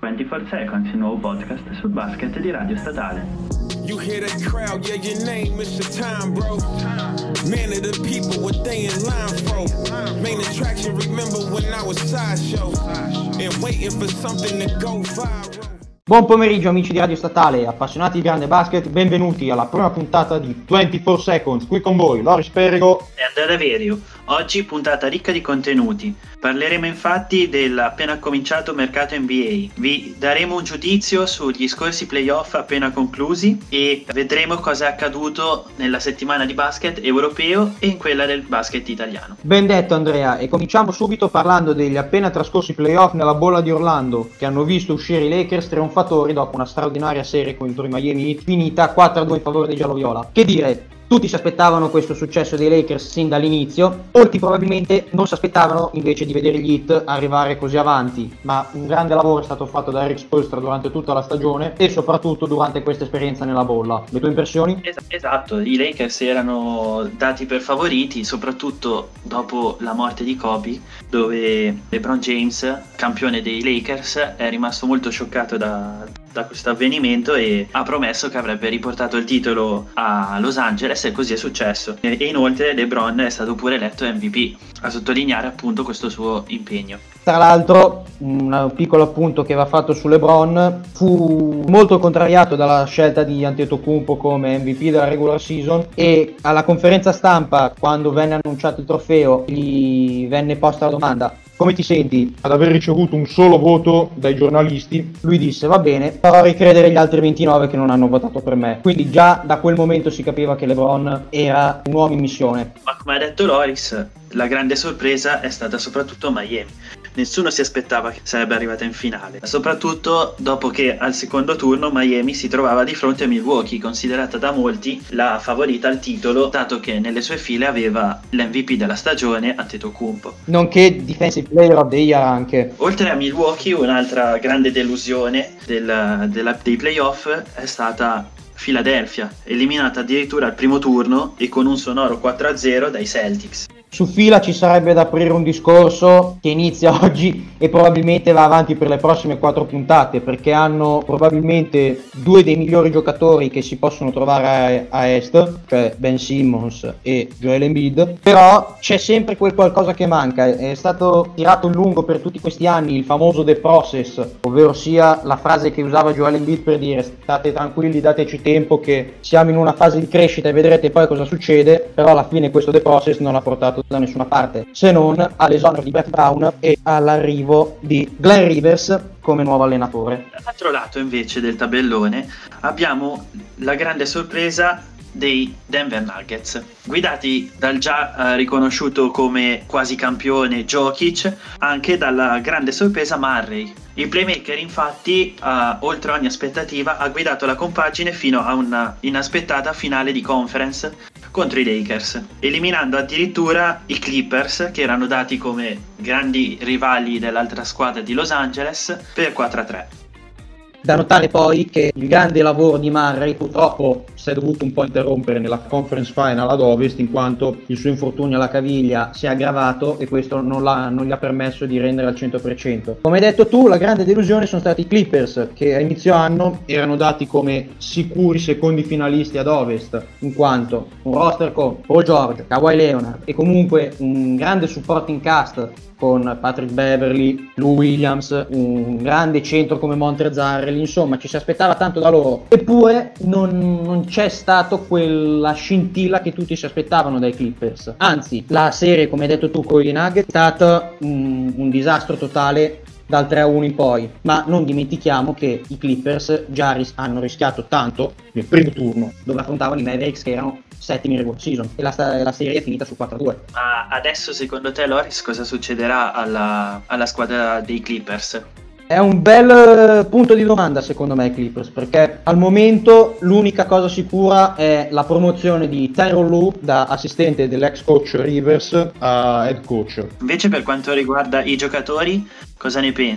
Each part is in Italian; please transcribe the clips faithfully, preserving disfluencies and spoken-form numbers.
ventiquattro Seconds, il nuovo podcast sul basket di Radio Statale. You hear that crowd, yeah, your name is your time, bro. Man of the people, what they in line for. Main attraction, remember when I was sideshow and waiting for something to go viral. Buon pomeriggio amici di Radio Statale, appassionati di grande basket, benvenuti alla prima puntata di ventiquattro Seconds, qui con voi Loris Perego e Andrea Daverio. Oggi puntata ricca di contenuti, parleremo infatti dell'appena cominciato mercato N B A, vi daremo un giudizio sugli scorsi playoff appena conclusi e vedremo cosa è accaduto nella settimana di basket europeo e in quella del basket italiano. Ben detto Andrea, e cominciamo subito parlando degli appena trascorsi playoff nella bolla di Orlando, che hanno visto uscire i Lakers trionfatori dopo una straordinaria serie contro i Miami Heat finita quattro a due in favore dei gialloviola. Che dire, tutti si aspettavano questo successo dei Lakers sin dall'inizio, molti probabilmente non si aspettavano invece di vedere gli Heat arrivare così avanti, ma un grande lavoro è stato fatto da Erik Spoelstra durante tutta la stagione e soprattutto durante questa esperienza nella bolla. Le tue impressioni? Es- esatto, i Lakers erano dati per favoriti, soprattutto dopo la morte di Kobe, dove LeBron James, campione dei Lakers, è rimasto molto scioccato da, da questo avvenimento e ha promesso che avrebbe riportato il titolo a Los Angeles, e così è successo. E inoltre LeBron è stato pure eletto M V P, a sottolineare appunto questo suo impegno. Tra l'altro, un piccolo appunto che va fatto su LeBron, fu molto contrariato dalla scelta di Antetokounmpo come M V P della regular season, e alla conferenza stampa, quando venne annunciato il trofeo, gli venne posta la domanda: come ti senti ad aver ricevuto un solo voto dai giornalisti? Lui disse: va bene, farò ricredere gli altri ventinove che non hanno votato per me. Quindi già da quel momento si capiva che LeBron era un uomo in missione. Ma come ha detto Loris, la grande sorpresa è stata soprattutto Miami. Nessuno si aspettava che sarebbe arrivata in finale, soprattutto dopo che al secondo turno Miami si trovava di fronte a Milwaukee, considerata da molti la favorita al titolo, dato che nelle sue file aveva l'M V P della stagione Antetokounmpo, nonché Defensive Player of the Year anche. Oltre a Milwaukee, un'altra grande delusione del, della, dei playoff è stata Philadelphia, eliminata addirittura al primo turno e con un sonoro quattro a zero dai Celtics. Su Fila ci sarebbe da aprire un discorso che inizia oggi e probabilmente va avanti per le prossime quattro puntate, perché hanno probabilmente due dei migliori giocatori che si possono trovare a, a Est, cioè Ben Simmons e Joel Embiid, però c'è sempre quel qualcosa che manca. È stato tirato in lungo per tutti questi anni il famoso The Process, ovvero sia la frase che usava Joel Embiid per dire: state tranquilli, dateci tempo che siamo in una fase di crescita e vedrete poi cosa succede. Però alla fine questo The Process non ha portato da nessuna parte, se non all'esonero di Brett Brown e all'arrivo di Glenn Rivers come nuovo allenatore. Dall'altro lato invece del tabellone abbiamo la grande sorpresa dei Denver Nuggets, guidati dal già eh, riconosciuto come quasi campione Jokic, anche dalla grande sorpresa Murray. Il playmaker infatti, eh, oltre ogni aspettativa, ha guidato la compagine fino a una inaspettata finale di conference contro i Lakers, eliminando addirittura i Clippers, che erano dati come grandi rivali dell'altra squadra di Los Angeles, per quattro a tre. Da notare poi che il grande lavoro di Murray purtroppo si è dovuto un po' interrompere nella conference final ad Ovest, in quanto il suo infortunio alla caviglia si è aggravato e questo non, l'ha, non gli ha permesso di rendere al cento per cento. Come hai detto tu, la grande delusione sono stati i Clippers, che a inizio anno erano dati come sicuri secondi finalisti ad Ovest, in quanto un roster con Paul George, Kawhi Leonard e comunque un grande supporting cast con Patrick Beverly, Lou Williams, un grande centro come Montrezl, insomma ci si aspettava tanto da loro, eppure non, non c'è stato quella scintilla che tutti si aspettavano dai Clippers. Anzi, la serie, come hai detto tu, con i Nuggets è stata un, un disastro totale dal tre a uno in poi, ma non dimentichiamo che i Clippers già ris- hanno rischiato tanto nel primo turno, dove affrontavano i Mavericks che erano settimi regular season, e la, sta- la serie è finita su quattro a due. Ma adesso secondo te, Loris, cosa succederà alla, alla squadra dei Clippers? È un bel punto di domanda secondo me Clippers, perché al momento l'unica cosa sicura è la promozione di Tyronn Lue da assistente dell'ex coach Rivers a head coach. Invece per quanto riguarda i giocatori, cosa ne pensi?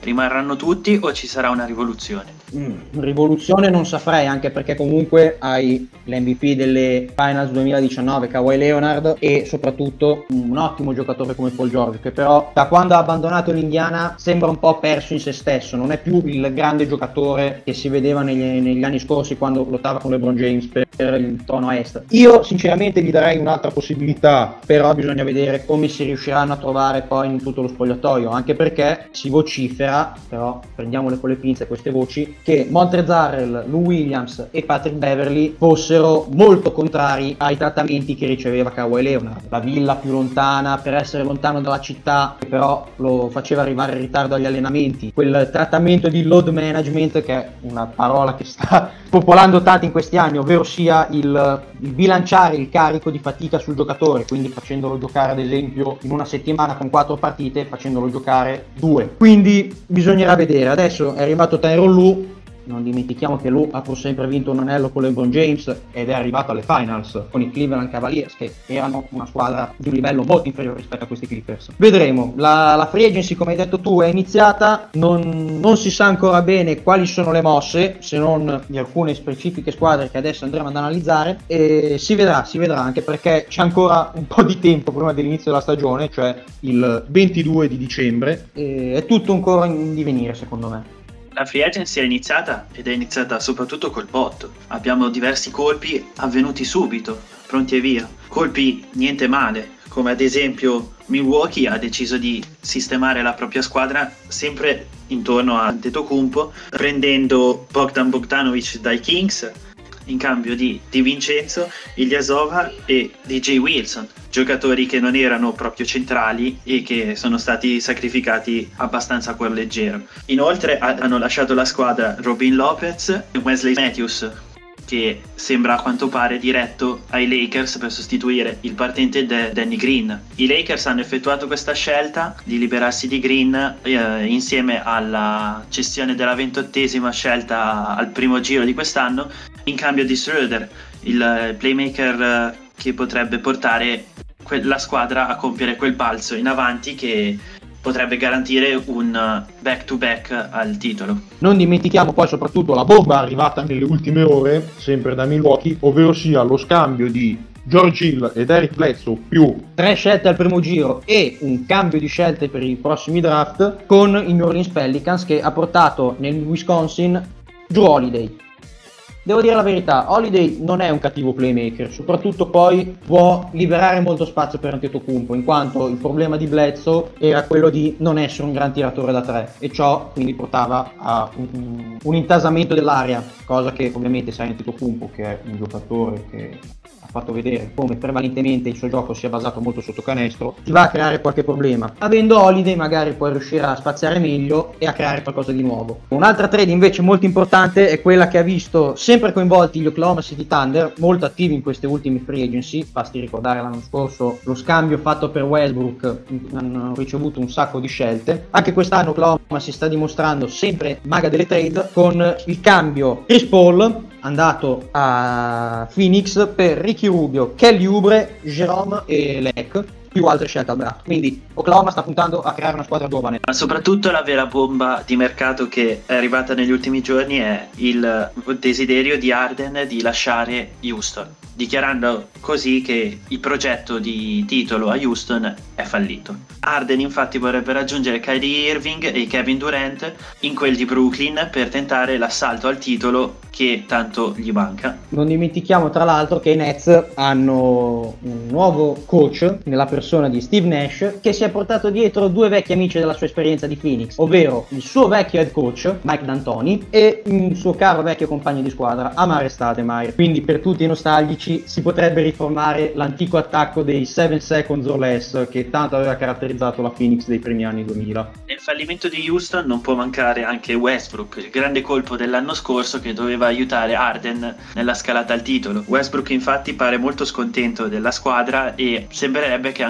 Rimarranno tutti o ci sarà una rivoluzione? Mm, rivoluzione non saprei, anche perché comunque hai l'M V P delle Finals duemiladiciannove, Kawhi Leonard, e soprattutto un ottimo giocatore come Paul George, che però da quando ha abbandonato l'Indiana sembra un po' perso in se stesso, non è più il grande giocatore che si vedeva negli, negli anni scorsi quando lottava con LeBron James per il trono a est. Io sinceramente gli darei un'altra possibilità, però bisogna vedere come si riusciranno a trovare poi in tutto lo spogliatoio, anche perché si vocifera, però prendiamole con le pinze queste voci, che Montrezl, Lou Williams e Patrick Beverley fossero molto contrari ai trattamenti che riceveva Kawhi Leonard. La villa più lontana per essere lontano dalla città, che però lo faceva arrivare in ritardo agli allenamenti, quel trattamento di load management, che è una parola che sta popolando tanto in questi anni, ovvero sia il, il bilanciare il carico di fatica sul giocatore, quindi facendolo giocare ad esempio in una settimana con quattro partite, facendolo giocare due. Quindi bisognerà vedere. Adesso è arrivato Tyronn Lue, non dimentichiamo che Lue ha pur sempre vinto un anello con LeBron James ed è arrivato alle finals con i Cleveland Cavaliers, che erano una squadra di un livello molto inferiore rispetto a questi Clippers. Vedremo. La, la free agency, come hai detto tu, è iniziata, non, non si sa ancora bene quali sono le mosse, se non di alcune specifiche squadre che adesso andremo ad analizzare, e si vedrà, si vedrà, anche perché c'è ancora un po' di tempo prima dell'inizio della stagione, cioè il ventidue di dicembre, e è tutto ancora in divenire secondo me. La free agency è iniziata ed è iniziata soprattutto col botto. Abbiamo diversi colpi avvenuti subito, pronti e via. Colpi niente male, come ad esempio Milwaukee ha deciso di sistemare la propria squadra sempre intorno a Antetokounmpo, prendendo Bogdan Bogdanovic dai Kings in cambio di Di Vincenzo, Ilyasova e D J Wilson, giocatori che non erano proprio centrali e che sono stati sacrificati abbastanza a cuor leggero. Inoltre a- hanno lasciato la squadra Robin Lopez e Wesley Matthews, che sembra a quanto pare diretto ai Lakers per sostituire il partente de- Danny Green. I Lakers hanno effettuato questa scelta di liberarsi di Green eh, insieme alla cessione della ventottesima scelta al primo giro di quest'anno, in cambio di Schroeder, il playmaker eh, che potrebbe portare que- la squadra a compiere quel balzo in avanti che potrebbe garantire un back-to-back al titolo. Non dimentichiamo poi soprattutto la bomba arrivata nelle ultime ore, sempre da Milwaukee, ovvero sia lo scambio di George Hill ed Eric Bledsoe più tre scelte al primo giro e un cambio di scelte per i prossimi draft con i New Orleans Pelicans, che ha portato nel Wisconsin Jrue Holiday. Devo dire la verità, Holiday non è un cattivo playmaker, soprattutto poi può liberare molto spazio per Antetokounmpo, in quanto il problema di Bledsoe era quello di non essere un gran tiratore da tre, e ciò quindi portava a un, un intasamento dell'area, cosa che ovviamente sai Antetokounmpo, che è un giocatore che ha fatto vedere come prevalentemente il suo gioco sia basato molto sotto canestro, ti va a creare qualche problema. Avendo Holiday magari puoi riuscire a spaziare meglio e a creare qualcosa di nuovo. Un'altra trade invece molto importante è quella che ha visto sempre coinvolti gli Oklahoma City Thunder, molto attivi in queste ultime free agency. Basti ricordare l'anno scorso lo scambio fatto per Westbrook, hanno ricevuto un sacco di scelte. Anche quest'anno Oklahoma si sta dimostrando sempre maga delle trade, con il cambio Chris Paul andato a Phoenix per Ricky Rubio, Kelly Oubre, Jerome e Leck, più altre scelte al draft. Quindi Oklahoma sta puntando a creare una squadra giovane. Ma soprattutto la vera bomba di mercato che è arrivata negli ultimi giorni è il desiderio di Harden di lasciare Houston, dichiarando così che il progetto di titolo a Houston è fallito. Harden infatti vorrebbe raggiungere Kyrie Irving e Kevin Durant in quel di Brooklyn per tentare l'assalto al titolo che tanto gli manca. Non dimentichiamo tra l'altro che i Nets hanno un nuovo coach nella persona di Steve Nash, che si è portato dietro due vecchi amici della sua esperienza di Phoenix, ovvero il suo vecchio head coach Mike D'Antoni e un suo caro vecchio compagno di squadra Amare Stoudemire. Quindi per tutti i nostalgici si potrebbe riformare l'antico attacco dei seven seconds or less che tanto aveva caratterizzato la Phoenix dei primi anni duemila. Nel fallimento di Houston non può mancare anche Westbrook, il grande colpo dell'anno scorso che doveva aiutare Harden nella scalata al titolo. Westbrook infatti pare molto scontento della squadra e sembrerebbe che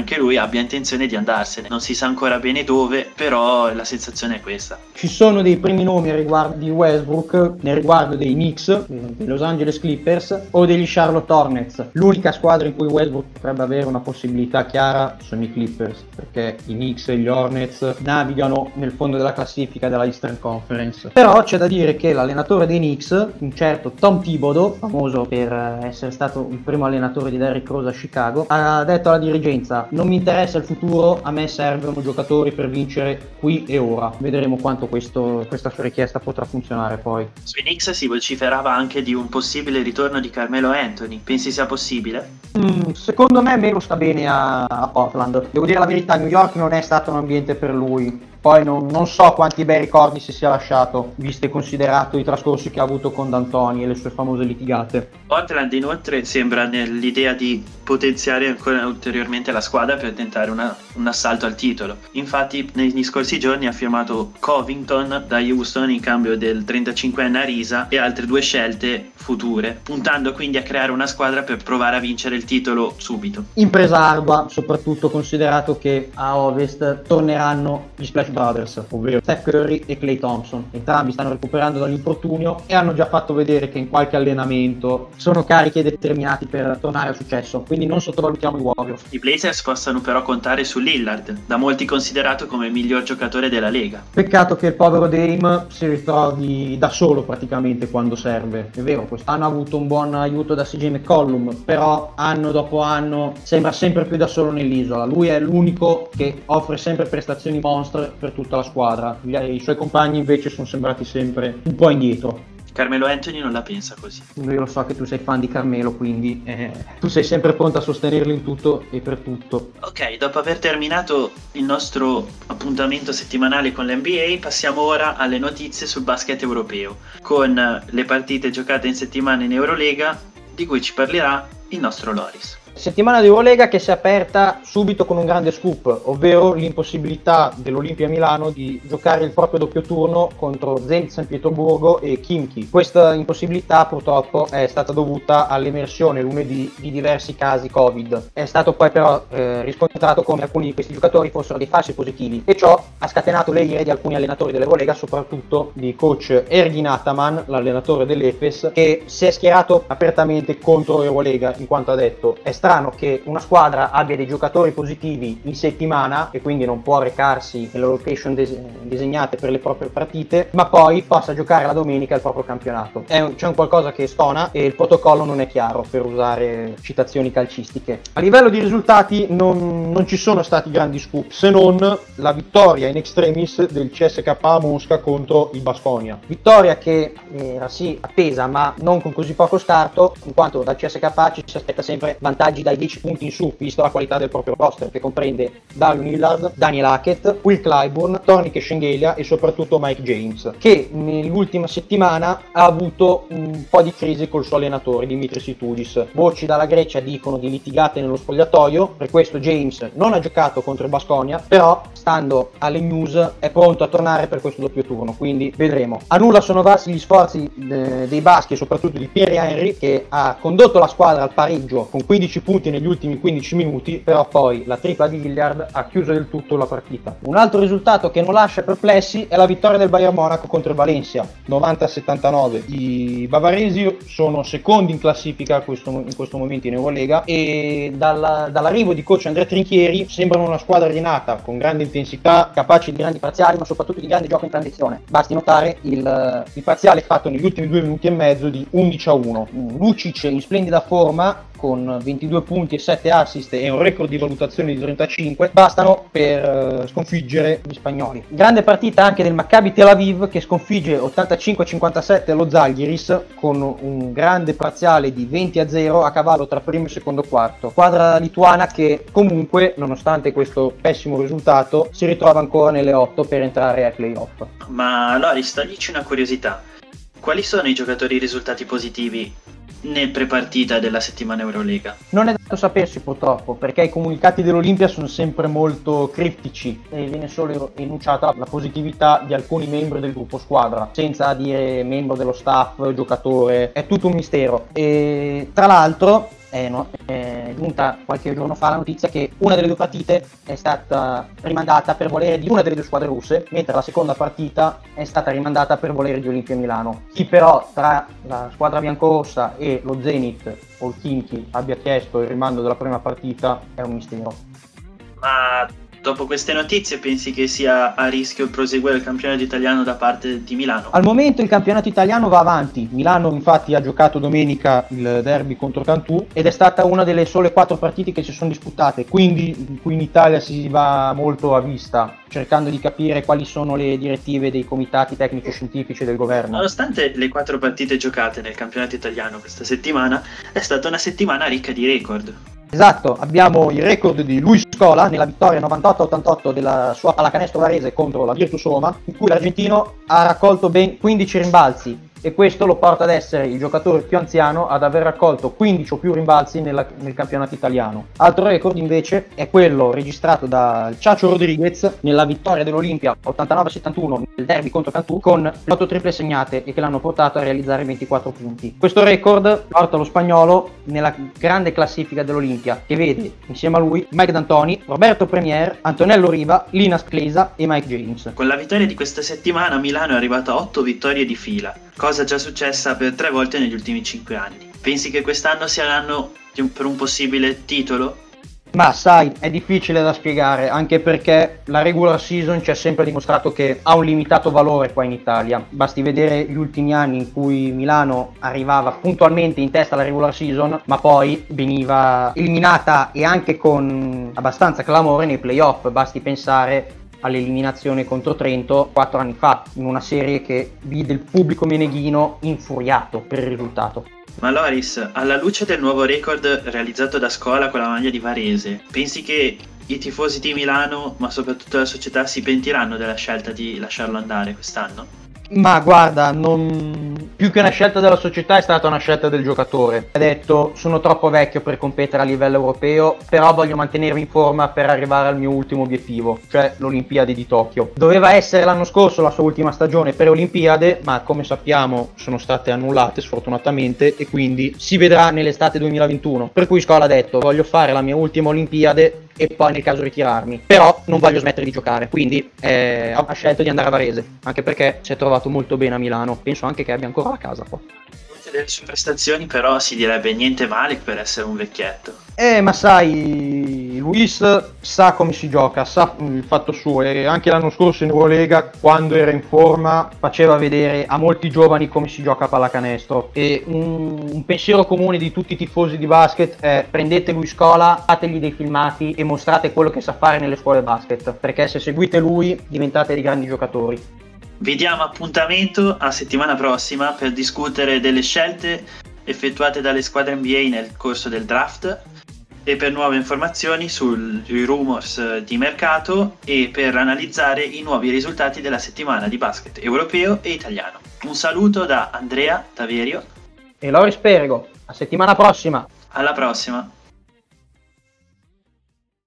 anche lui abbia intenzione di andarsene. Non si sa ancora bene dove, però la sensazione è questa. Ci sono dei primi nomi a riguardo di Westbrook, nel riguardo dei Knicks, dei Los Angeles Clippers o degli Charlotte Hornets. L'unica squadra in cui Westbrook potrebbe avere una possibilità chiara sono i Clippers, perché i Knicks e gli Hornets navigano nel fondo della classifica della Eastern Conference. Però c'è da dire che l'allenatore dei Knicks, un certo Tom Thibodeau, famoso per essere stato il primo allenatore di Derrick Rose a Chicago, ha detto alla dirigenza: non mi interessa il futuro, a me servono giocatori per vincere qui e ora. Vedremo quanto questo, questa sua richiesta potrà funzionare poi. Sui Knicks si vociferava anche di un possibile ritorno di Carmelo Anthony. Pensi sia possibile? Mm, secondo me Melo sta bene a, a Portland. Devo dire la verità, New York non è stato un ambiente per lui. Poi non, non so quanti bei ricordi si sia lasciato, visto e considerato i trascorsi che ha avuto con D'Antoni e le sue famose litigate. Portland inoltre sembra nell'idea di potenziare ancora ulteriormente la squadra per tentare una, un assalto al titolo. Infatti negli scorsi giorni ha firmato Covington da Houston in cambio del trentacinquenne Ariza e altre due scelte future, puntando quindi a creare una squadra per provare a vincere il titolo subito. Impresa ardua, soprattutto considerato che a Ovest torneranno gli Splash Brothers, ovvero Steph Curry e Klay Thompson. Entrambi stanno recuperando dall'infortunio e hanno già fatto vedere che in qualche allenamento sono carichi e determinati per tornare al successo, quindi non sottovalutiamo i Warriors. I Blazers possono però contare su Lillard, da molti considerato come il miglior giocatore della Lega. Peccato che il povero Dame si ritrovi da solo praticamente quando serve. È vero, quest'anno ha avuto un buon aiuto da C J McCollum, però anno dopo anno sembra sempre più da solo nell'isola. Lui è l'unico che offre sempre prestazioni monstre per tutta la squadra. I suoi compagni invece sono sembrati sempre un po' indietro. Carmelo Anthony non la pensa così. Io lo so che tu sei fan di Carmelo, quindi eh, tu sei sempre pronto a sostenerlo in tutto e per tutto. Ok, dopo aver terminato il nostro appuntamento settimanale con l'N B A, passiamo ora alle notizie sul basket europeo, con le partite giocate in settimana in Eurolega, di cui ci parlerà il nostro Loris. Settimana di Eurolega che si è aperta subito con un grande scoop, ovvero l'impossibilità dell'Olimpia Milano di giocare il proprio doppio turno contro Zenit San Pietroburgo e Khimki. Questa impossibilità purtroppo è stata dovuta all'emersione lunedì di diversi casi Covid. È stato poi però eh, riscontrato come alcuni di questi giocatori fossero dei falsi positivi e ciò ha scatenato le ire di alcuni allenatori dell'Eurolega, soprattutto di coach Ergin Ataman, l'allenatore dell'Efes, che si è schierato apertamente contro l'Eurolega, in quanto ha detto: è strano che una squadra abbia dei giocatori positivi in settimana e quindi non può recarsi nelle location des- disegnate per le proprie partite, ma poi possa giocare la domenica il proprio campionato. È un, c'è un qualcosa che stona e il protocollo non è chiaro, per usare citazioni calcistiche. A livello di risultati non, non ci sono stati grandi scoop, se non la vittoria in extremis del C S K A Mosca contro il Baskonia. Vittoria che era sì attesa, ma non con così poco scarto, in quanto dal C S K A ci si aspetta sempre vantaggi dai dieci punti in su, visto la qualità del proprio roster, che comprende Damian Lillard, Daniel Hackett, Will Clyburn, Tornike Shengelia e soprattutto Mike James, che nell'ultima settimana ha avuto un po' di crisi col suo allenatore Dimitris Itoudis. Voci dalla Grecia dicono di litigate nello spogliatoio, per questo James non ha giocato contro il Baskonia, però stando alle news è pronto a tornare per questo doppio turno, quindi vedremo. A nulla sono valsi gli sforzi eh, dei baschi e soprattutto di Pierre Henry, che ha condotto la squadra al pareggio con quindici punti negli ultimi quindici minuti, però poi la tripla di Lillard ha chiuso del tutto la partita. Un altro risultato che non lascia perplessi è la vittoria del Bayern Monaco contro il Valencia, novanta a settantanove. I bavaresi sono secondi in classifica a questo, in questo momento in Eurolega e dalla, dall'arrivo di coach Andrea Trinchieri sembrano una squadra rinata, con grande intensità, capace di grandi parziali ma soprattutto di grande gioco in transizione. Basti notare il, il parziale fatto negli ultimi due minuti e mezzo di undici a uno. Lucic in splendida forma con ventidue punti e sette assist e un record di valutazione di trentacinque, bastano per uh, sconfiggere gli spagnoli. Grande partita anche del Maccabi Tel Aviv, che sconfigge ottantacinque a cinquantasette lo Zalgiris con un grande parziale di venti a zero a cavallo tra primo e secondo quarto. Squadra lituana che comunque, nonostante questo pessimo risultato, si ritrova ancora nelle otto per entrare ai playoff. Ma Loris, toglici una curiosità: quali sono i giocatori risultati positivi nel prepartita della settimana Eurolega? Non è dato sapersi purtroppo, perché i comunicati dell'Olimpia sono sempre molto criptici e viene solo enunciata la positività di alcuni membri del gruppo squadra, senza dire membro dello staff, giocatore, è tutto un mistero. E tra l'altro è, no, è giunta qualche giorno fa la notizia che una delle due partite è stata rimandata per volere di una delle due squadre russe, mentre la seconda partita è stata rimandata per volere di Olimpia Milano. Chi però tra la squadra biancorossa e lo Zenit o il Khimki abbia chiesto il rimando della prima partita è un mistero. Ma dopo queste notizie pensi che sia a rischio il proseguire il campionato italiano da parte di Milano? Al momento il campionato italiano va avanti. Milano infatti ha giocato domenica il derby contro Cantù ed è stata una delle sole quattro partite che si sono disputate, quindi qui in Italia si va molto a vista, cercando di capire quali sono le direttive dei comitati tecnici scientifici del governo. Nonostante le quattro partite giocate nel campionato italiano questa settimana, è stata una settimana ricca di record. Esatto, abbiamo il record di Luis Scola nella vittoria novantotto a ottantotto della sua pallacanestro varese contro la Virtus Roma, in cui l'argentino ha raccolto ben quindici rimbalzi, e questo lo porta ad essere il giocatore più anziano ad aver raccolto quindici o più rimbalzi nella, nel campionato italiano. Altro record invece è quello registrato da Chacho Rodriguez nella vittoria dell'Olimpia ottantanove a settantuno nel derby contro Cantù, con otto triple segnate e che l'hanno portato a realizzare ventiquattro punti. Questo record porta lo spagnolo nella grande classifica dell'Olimpia, che vede insieme a lui Mike D'Antoni, Roberto Premier, Antonello Riva, Linas Klesa e Mike James. Con la vittoria di questa settimana Milano è arrivata a otto vittorie di fila, cosa già successa per tre volte negli ultimi cinque anni. Pensi che quest'anno sia l'anno per un possibile titolo? Ma sai, è difficile da spiegare, anche perché la regular season ci ha sempre dimostrato che ha un limitato valore qua in Italia. Basti vedere gli ultimi anni in cui Milano arrivava puntualmente in testa alla regular season, ma poi veniva eliminata, e anche con abbastanza clamore, nei playoff. Basti pensare all'eliminazione contro Trento quattro anni fa, in una serie che vide il pubblico meneghino infuriato per il risultato. Ma Loris, alla luce del nuovo record realizzato da Scola con la maglia di Varese, pensi che i tifosi di Milano, ma soprattutto la società, si pentiranno della scelta di lasciarlo andare quest'anno? Ma guarda, non... più che una scelta della società è stata una scelta del giocatore. Ha detto: sono troppo vecchio per competere a livello europeo, però voglio mantenermi in forma per arrivare al mio ultimo obiettivo, cioè l'Olimpiadi di Tokyo. Doveva essere l'anno scorso la sua ultima stagione per Olimpiade, ma come sappiamo sono state annullate sfortunatamente, e quindi si vedrà nell'estate duemilaventuno. Per cui Scola ha detto: voglio fare la mia ultima Olimpiade e poi nel caso ritirarmi, però non voglio smettere di giocare. Quindi eh, ha scelto di andare a Varese, anche perché si è trovato molto bene a Milano. Penso anche che abbia ancora la casa qua. Delle sue prestazioni però si direbbe niente male per essere un vecchietto. Eh, ma sai, Luis sa come si gioca, sa il fatto suo, e anche l'anno scorso in Eurolega, quando era in forma, faceva vedere a molti giovani come si gioca a pallacanestro. E un, un pensiero comune di tutti i tifosi di basket è: prendete lui Scola, fategli dei filmati e mostrate quello che sa fare nelle scuole basket, perché se seguite lui diventate dei grandi giocatori. Vi diamo appuntamento a settimana prossima per discutere delle scelte effettuate dalle squadre N B A nel corso del draft, e per nuove informazioni sui rumors di mercato, e per analizzare i nuovi risultati della settimana di basket europeo e italiano. Un saluto da Andrea Taverio e Loris Perego. A settimana prossima. Alla prossima.